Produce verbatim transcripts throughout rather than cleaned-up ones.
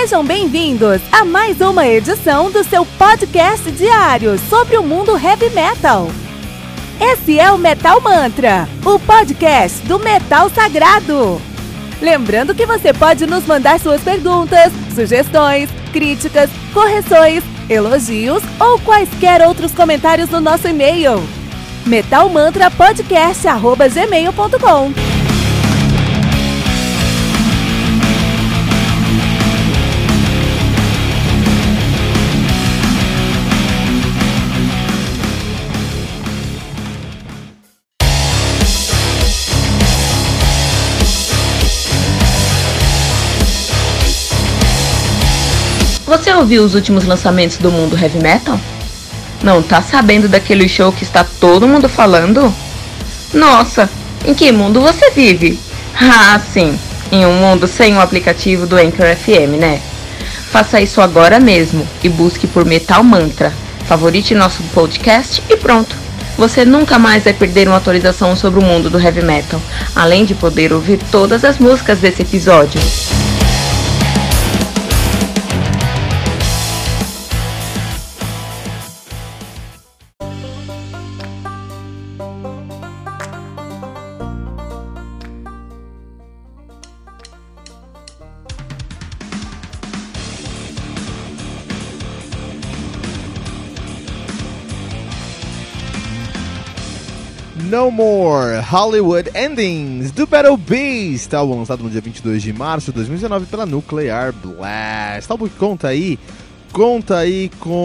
Sejam bem-vindos a mais uma edição do seu podcast diário sobre o mundo heavy metal. Esse é o Metal Mantra, o podcast do metal sagrado. Lembrando que você pode nos mandar suas perguntas, sugestões, críticas, correções, elogios ou quaisquer outros comentários no nosso e-mail metalmantrapodcast arroba gmail ponto com. Você ouviu os últimos lançamentos do mundo heavy metal? Não tá sabendo daquele show que está todo mundo falando? Nossa, em que mundo você vive? Ah, sim, em um mundo sem o aplicativo do Anchor F M, né? Faça isso agora mesmo e busque por Metal Mantra. Favorite nosso podcast e pronto. Você nunca mais vai perder uma atualização sobre o mundo do heavy metal, além de poder ouvir todas as músicas desse episódio. No More Hollywood Endings do Battle Beast, álbum lançado no dia vinte e dois de março de dois mil e dezenove pela Nuclear Blast. Álbum que conta aí, conta aí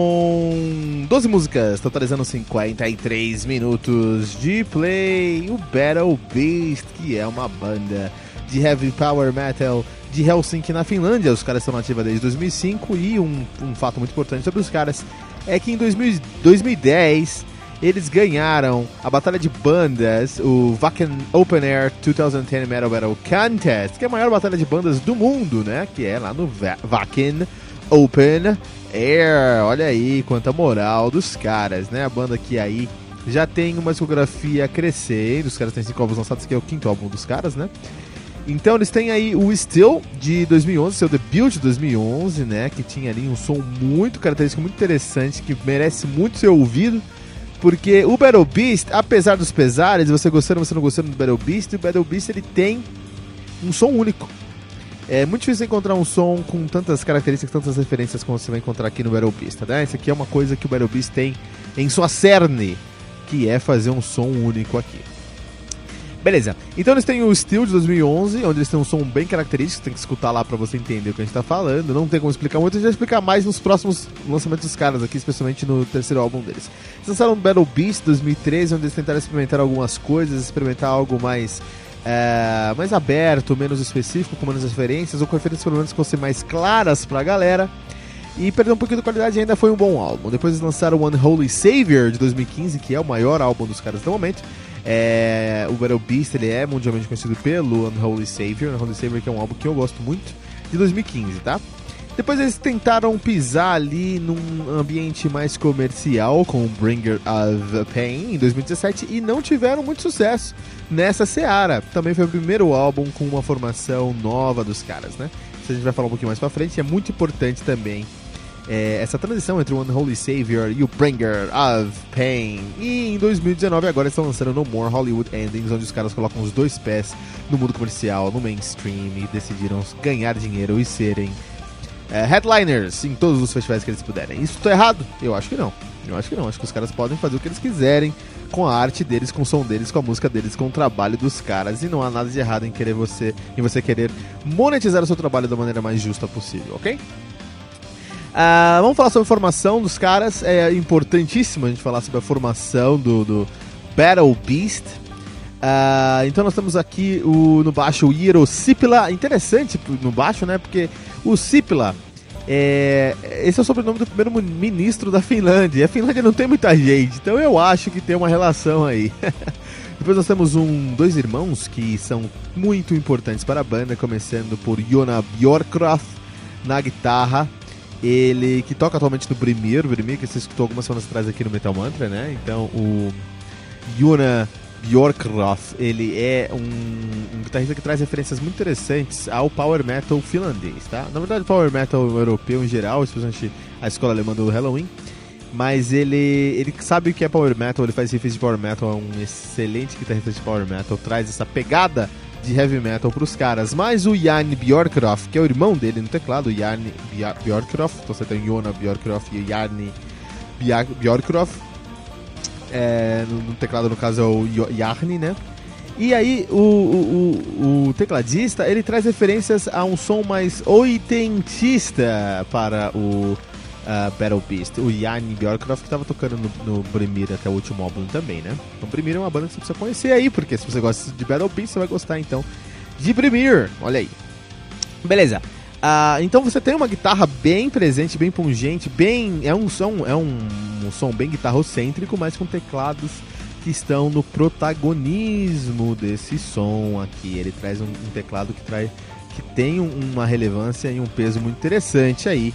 com doze músicas, totalizando cinquenta e três minutos de play. O Battle Beast, que é uma banda de heavy power metal de Helsinki, na Finlândia. Os caras estão na ativa desde dois mil e cinco e um, um fato muito importante sobre os caras é que em dois mil e dez eles ganharam a batalha de bandas, o Wacken Open Air dois mil e dez Metal Battle Contest, que é a maior batalha de bandas do mundo, né? Que é lá no Wacken Open Air. Olha aí quanta moral dos caras, né? A banda que aí já tem uma discografia crescendo. Os caras têm cinco álbuns lançados, que é o quinto álbum dos caras, né? Então eles têm aí o Still de dois mil e onze, seu debut de dois mil e onze, né? Que tinha ali um som muito característico, muito interessante, que merece muito ser ouvido. Porque o Battle Beast, apesar dos pesares, você gostando ou você não gostando do Battle Beast, o Battle Beast ele tem um som único. É muito difícil encontrar um som com tantas características, tantas referências como você vai encontrar aqui no Battle Beast, tá? Isso aqui é uma coisa que o Battle Beast tem em sua cerne, que é fazer um som único aqui. Beleza, então eles têm o Still de dois mil e onze, onde eles têm um som bem característico, tem que escutar lá pra você entender o que a gente tá falando. Não tem como explicar muito, a gente vai explicar mais nos próximos lançamentos dos caras aqui, especialmente no terceiro álbum deles. Eles lançaram o Battle Beast dois mil e treze, onde eles tentaram experimentar algumas coisas, experimentar algo mais, é, mais aberto, menos específico, com menos referências, ou com referências pelo menos que fossem mais claras pra galera. E perdeu um pouquinho de qualidade, ainda foi um bom álbum. Depois eles lançaram o Unholy Savior de dois mil e quinze, que é o maior álbum dos caras no momento. É, o Battle Beast ele é mundialmente conhecido pelo Unholy Savior, Unholy Savior que é um álbum que eu gosto muito, de dois mil e quinze, tá? Depois eles tentaram pisar ali num ambiente mais comercial com o Bringer of Pain em dois mil e dezessete e não tiveram muito sucesso nessa seara. Também foi o primeiro álbum com uma formação nova dos caras, né? Isso a gente vai falar um pouquinho mais pra frente, e é muito importante também É, essa transição entre o Unholy Savior e o Bringer of Pain. E em dois mil e dezenove agora estão lançando No More Hollywood Endings, onde os caras colocam os dois pés no mundo comercial, no mainstream, e decidiram ganhar dinheiro e serem é, headliners em todos os festivais que eles puderem. Isso tá errado? Eu acho que não. Eu acho que não. Acho que os caras podem fazer o que eles quiserem com a arte deles, com o som deles, com a música deles, com o trabalho dos caras, e não há nada de errado em querer você, em você querer monetizar o seu trabalho da maneira mais justa possível, ok? Uh, vamos falar sobre a formação dos caras. É importantíssimo a gente falar sobre a formação do, do Battle Beast. Uh, então nós temos aqui o, no baixo o Eero Sipilä. Interessante no baixo, né? Porque o Sipilä, é, esse é o sobrenome do primeiro ministro da Finlândia. E a Finlândia não tem muita gente, então eu acho que tem uma relação aí. Depois nós temos um, dois irmãos que são muito importantes para a banda, começando por Joona Björkroth na guitarra. Ele que toca atualmente no Brimir, o Brimir que você escutou algumas semanas atrás aqui no Metal Mantra, né? Então o Joona Björkroth, ele é um, um guitarrista que traz referências muito interessantes ao power metal finlandês, tá? Na verdade, power metal europeu em geral, especialmente a escola alemã do Halloween, mas ele, ele sabe o que é power metal, ele faz riffs de power metal, é um excelente guitarrista de power metal, traz essa pegada de heavy metal pros caras. Mas o Jan Björkroth, que é o irmão dele no teclado, o Jan Björkroth, então você tem o Jona Björkroth e o Jan Björkroth, é, no, no teclado no caso é o Jarni, né? E aí o, o, o, o tecladista, ele traz referências a um som mais oitentista para o Uh, Battle Beast, o Jan Björkroth, que estava tocando no, no Brimir até o último álbum também, né? Então Brimir é uma banda que você precisa conhecer aí, porque se você gosta de Battle Beast, você vai gostar então de Brimir, olha aí. Beleza, uh, então você tem uma guitarra bem presente, bem pungente, bem, é um som, é um, um som bem guitarrocêntrico, mas com teclados que estão no protagonismo desse som aqui. Ele traz um, um teclado que, traz, que tem um, uma relevância e um peso muito interessante aí.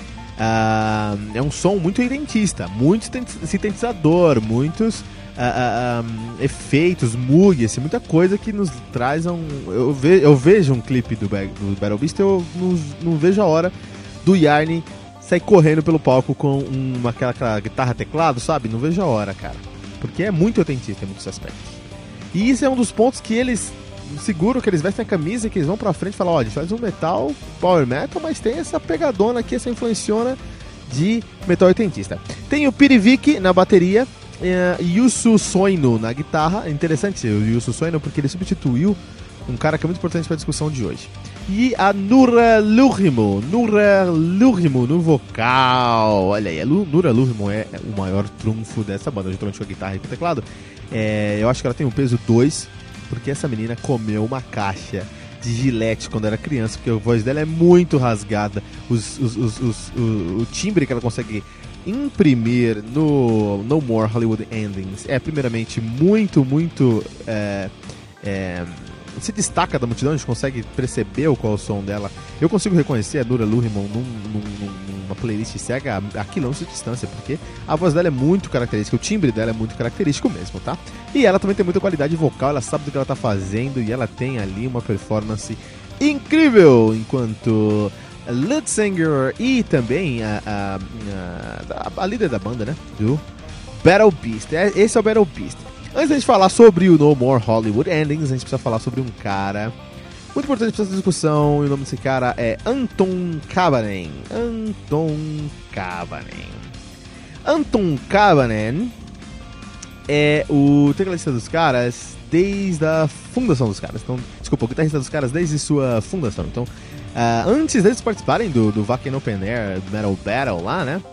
Uh, é um som muito oitentista, muito sintetizador, muitos uh, uh, um, efeitos, Moog, assim, muita coisa que nos traz um... Eu, ve, eu vejo um clipe do, do Battle Beast, eu não, não vejo a hora do Jarni sair correndo pelo palco com uma, aquela, aquela guitarra teclado, sabe? Não vejo a hora, cara, porque é muito oitentista em muitos aspectos. E isso é um dos pontos que eles seguram, que eles vestem a camisa e que eles vão pra frente e falam, ó, a gente faz um metal, power metal, mas tem essa pegadona aqui, essa influenciona de metal oitentista. Tem o Pirivik na bateria, uh, Jussi Soino na guitarra. Interessante o Jussi Soino porque ele substituiu um cara que é muito importante para a discussão de hoje. E a Nura Lurimo, Nura Lurimo no vocal. Olha aí, a Nura Lurimo é o maior trunfo dessa banda, juntamente com a guitarra e com o teclado. É, eu acho que ela tem um peso dois, porque essa menina comeu uma caixa de Gillette quando era criança, porque a voz dela é muito rasgada, os, os, os, os, o, o timbre que ela consegue imprimir no No More Hollywood Endings é primeiramente muito, muito é, é, se destaca da multidão, a gente consegue perceber qual é o som dela. Eu consigo reconhecer a Nura Lurimo num, num, numa playlist cega a, a quilômetros de distância, porque a voz dela é muito característica, o timbre dela é muito característico mesmo, tá? E ela também tem muita qualidade vocal, ela sabe do que ela tá fazendo e ela tem ali uma performance incrível enquanto lead singer e também a, a, a, a líder da banda, né? Do Battle Beast. Esse é o Battle Beast. Antes da gente falar sobre o No More Hollywood Endings, a gente precisa falar sobre um cara muito importante para essa discussão, e o nome desse cara é Anton Kabanen. Anton Kabanen. Anton Kabanen é o tecladista dos caras desde a fundação dos caras. Então, desculpa, o guitarrista dos caras desde sua fundação. Então, uh, antes deles participarem do, do Wacken Open Air Metal Battle lá, né?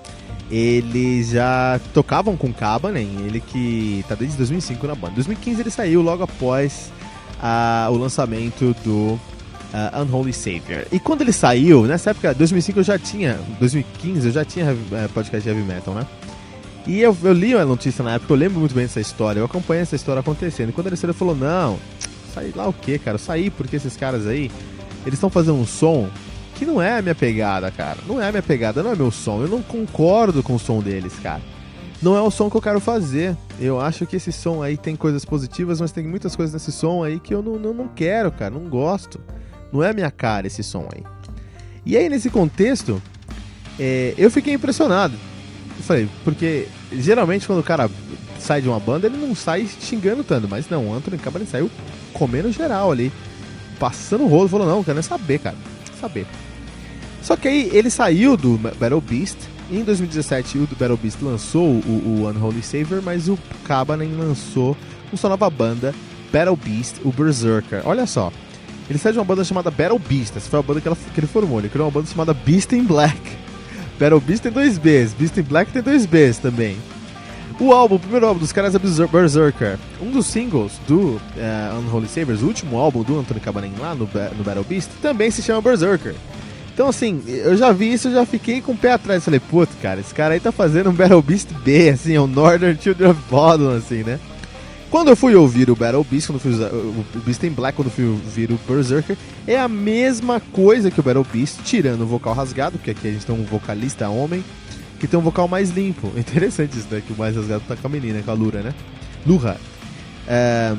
Eles já tocavam com Kabanen, ele que tá desde dois mil e cinco na banda. Em dois mil e quinze ele saiu logo após uh, o lançamento do uh, Unholy Savior. E quando ele saiu, nessa época, dois mil e cinco eu já tinha, dois mil e quinze eu já tinha uh, podcast de heavy metal, né? E eu, eu li a notícia na época, eu lembro muito bem dessa história, eu acompanhei essa história acontecendo. E quando ele saiu, ele falou, não, saí lá o quê, cara? Eu saí porque esses caras aí, eles estão fazendo um som que não é a minha pegada, cara. Não é a minha pegada, não é meu som. Eu não concordo com o som deles, cara. Não é o som que eu quero fazer. Eu acho que esse som aí tem coisas positivas, mas tem muitas coisas nesse som aí que eu não, não, não quero, cara. Não gosto. Não é a minha cara esse som aí. E aí, nesse contexto, é, eu fiquei impressionado. Eu falei, porque geralmente quando o cara sai de uma banda, ele não sai xingando tanto. Mas não, o Anthony Kabanen saiu comendo geral ali. Passando o rolo. Falou, não, quero nem saber, cara. Saber. Só que aí ele saiu do Battle Beast. Em dois mil e dezessete o Battle Beast lançou o, o Unholy Savior, mas o Kabanen lançou com sua nova banda, Battle Beast, o Berserker. Olha só, ele saiu de uma banda chamada Battle Beast. Essa foi a banda que, ela, que ele formou. Ele criou uma banda chamada Beast in Black. Battle Beast tem dois Bs, Beast in Black tem dois Bs também. O álbum, o primeiro álbum dos caras é Berserker. Um dos singles do uh, Unholy Saviors, o último álbum do Anthony Kabanen lá no, no Battle Beast, também se chama Berserker. Então assim, eu já vi isso, eu já fiquei com o pé atrás. Falei, puto, cara, esse cara aí tá fazendo um Battle Beast B, assim, é um Northern Children of Bodom, assim, né? Quando eu fui ouvir o Battle Beast, quando eu fui usar, o Beast in Black, quando eu fui ouvir o Berserker, é a mesma coisa que o Battle Beast, tirando o vocal rasgado, porque aqui a gente tem um vocalista homem, que tem um vocal mais limpo. Interessante isso, né? Que o mais rasgado tá com a menina, com a Lura, né? Lura. É,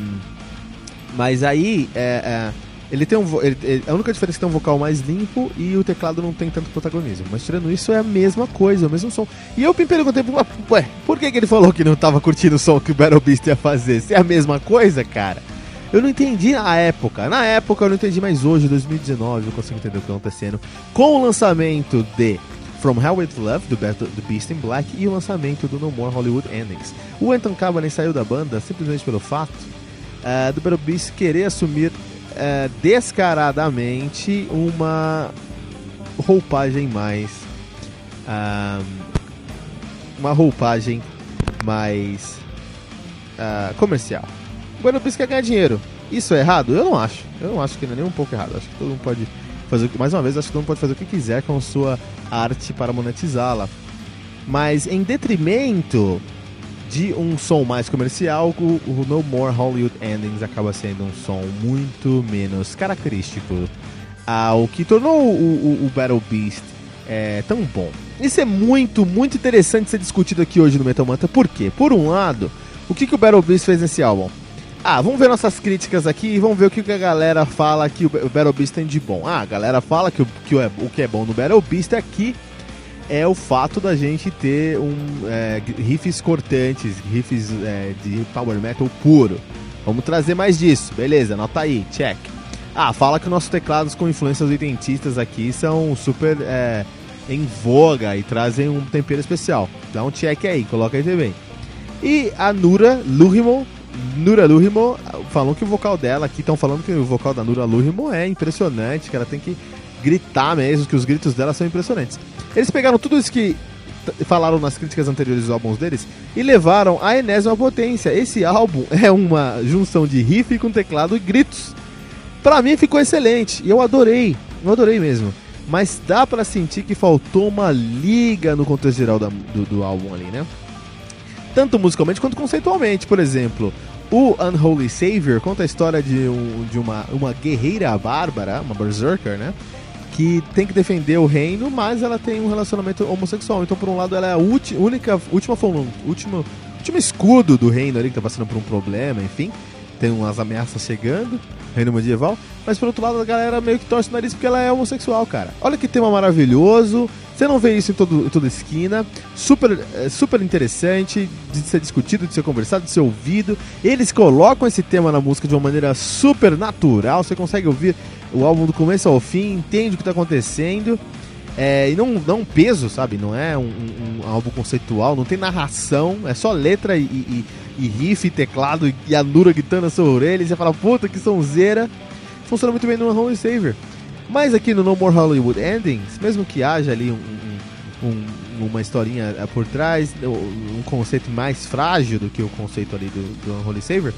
mas aí, é, é, ele tem um vo- ele, ele, a única diferença é que tem um vocal mais limpo e o teclado não tem tanto protagonismo. Mas tirando isso, é a mesma coisa, o mesmo som. E eu me perguntei, ué, por que, que ele falou que não tava curtindo o som que o Battle Beast ia fazer? Se é a mesma coisa, cara? Eu não entendi na época. Na época eu não entendi, mas hoje, dois mil e dezenove, eu consigo entender o que está acontecendo. Com o lançamento de From Hell with Love, do, Battle, do Beast in Black, e o lançamento do No More Hollywood Endings. O Anton Cabanet saiu da banda simplesmente pelo fato uh, do Battle Beast querer assumir uh, descaradamente uma roupagem mais... Uh, uma roupagem mais uh, comercial. O Battle Beast quer ganhar dinheiro. Isso é errado? Eu não acho. Eu não acho que não é nem um pouco errado. Acho que todo mundo pode fazer, mais uma vez, acho que todo mundo pode fazer o que quiser com a sua arte para monetizá-la. Mas em detrimento de um som mais comercial, o, o No More Hollywood Endings acaba sendo um som muito menos característico, ao que tornou o, o, o Battle Beast é, tão bom. Isso é muito, muito interessante ser discutido aqui hoje no Metal Mantra. Por quê? Por um lado, o que, que o Battle Beast fez nesse álbum? Ah, vamos ver nossas críticas aqui e vamos ver o que, que a galera fala que o Battle Beast tem de bom. Ah, a galera fala que, o, que o, o que é bom no Battle Beast aqui é o fato da gente ter um, é, riffs cortantes, riffs é, de power metal puro. Vamos trazer mais disso, beleza, anota aí, check. Ah, fala que nossos teclados com influências oitentistas aqui são super é, em voga e trazem um tempero especial. Dá um check aí, coloca aí também. E a Nura Luhimo, Nura Luhimo, falam que o vocal dela aqui, estão falando que o vocal da Nura Luhimo é impressionante, que ela tem que gritar mesmo, que os gritos dela são impressionantes. Eles pegaram tudo isso que t- falaram nas críticas anteriores dos álbuns deles e levaram à enésima potência. Esse álbum é uma junção de riff com teclado e gritos. Pra mim ficou excelente, e eu adorei, eu adorei mesmo. Mas dá pra sentir que faltou uma liga no contexto geral da, do, do álbum ali, né? Tanto musicalmente quanto conceitualmente. Por exemplo, o Unholy Savior conta a história de, um, de uma, uma guerreira bárbara, uma berserker, né? Que tem que defender o reino, mas ela tem um relacionamento homossexual. Então, por um lado, ela é a ulti, única, última, última, último escudo do reino ali, que tá passando por um problema, enfim. Tem umas ameaças chegando, reino medieval. Mas, por outro lado, a galera meio que torce o nariz porque ela é homossexual, cara. Olha que tema maravilhoso. Você não vê isso em, todo, em toda esquina, super, é, super interessante de ser discutido, de ser conversado, de ser ouvido. Eles colocam esse tema na música de uma maneira super natural, você consegue ouvir o álbum do começo ao fim, entende o que está acontecendo. É, e não dá um peso, sabe? Não é um, um, um álbum conceitual, não tem narração, é só letra e, e, e riff, e teclado e, e a Nura gritando na sua orelha. E você fala, puta que sonzeira. Funciona muito bem no Unholy Savior. Mas aqui no No More Hollywood Endings, mesmo que haja ali um, um, um, uma historinha por trás, um conceito mais frágil do que o conceito ali do, do Unholy Savior,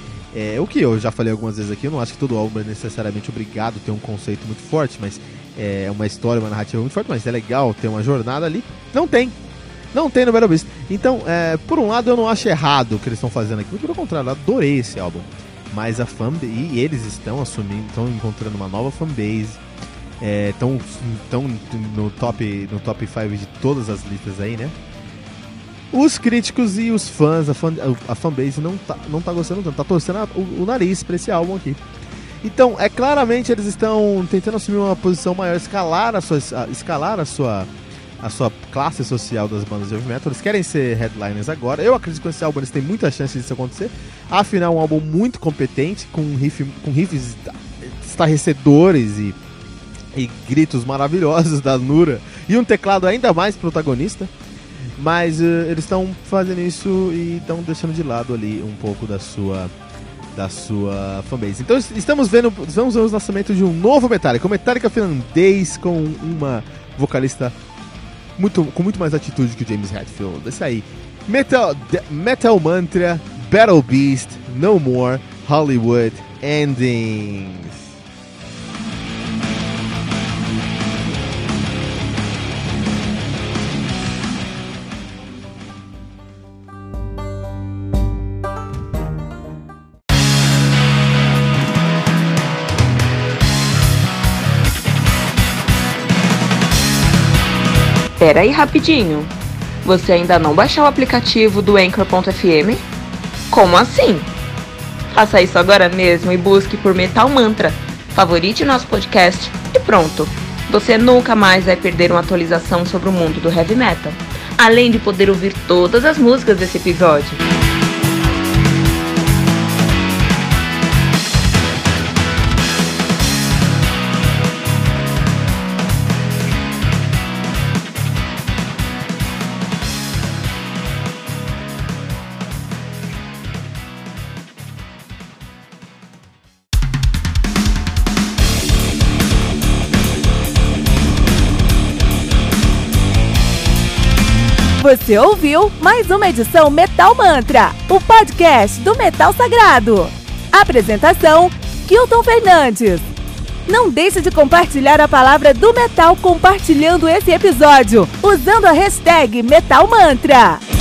é, o que eu já falei algumas vezes aqui, eu não acho que todo álbum é necessariamente obrigado a ter um conceito muito forte, mas é uma história, uma narrativa muito forte, mas é legal ter uma jornada ali. Não tem. Não tem no Battle Beast. Então, é, por um lado, eu não acho errado o que eles estão fazendo aqui, muito pelo contrário, eu adorei esse álbum. Mas a fanbase, e eles estão assumindo, estão encontrando uma nova fanbase, estão é, no top no top cinco de todas as listas aí, né? Os críticos e os fãs, a, fan, a fanbase não tá, não tá gostando tanto, tá torcendo a, o, o nariz pra esse álbum aqui. Então, é claramente eles estão tentando assumir uma posição maior, escalar a sua, a, escalar a sua, a sua classe social das bandas de heavy metal. Eles querem ser headliners agora. Eu acredito que com esse álbum eles têm muita chance disso acontecer. Afinal, é um álbum muito competente, com, riff, com riffs estarrecedores e, e gritos maravilhosos da Nura, e um teclado ainda mais protagonista. Mas uh, eles estão fazendo isso e estão deixando de lado ali um pouco da sua, da sua fanbase. Então estamos vendo, vamos ver o lançamento de um novo Metallica, um Metallica finlandês com uma vocalista muito, com muito mais atitude que o James Hetfield. Esse aí, Metal, Metal Mantra, Battle Beast, No More Hollywood Endings. Pera aí rapidinho, você ainda não baixou o aplicativo do Anchor ponto F M? Como assim? Faça isso agora mesmo e busque por Metal Mantra. Favorite nosso podcast e pronto. Você nunca mais vai perder uma atualização sobre o mundo do heavy metal, além de poder ouvir todas as músicas desse episódio. Você ouviu mais uma edição Metal Mantra, o podcast do Metal Sagrado. Apresentação, Kilton Fernandes. Não deixe de compartilhar a palavra do metal compartilhando esse episódio, usando a hashtag Metal Mantra.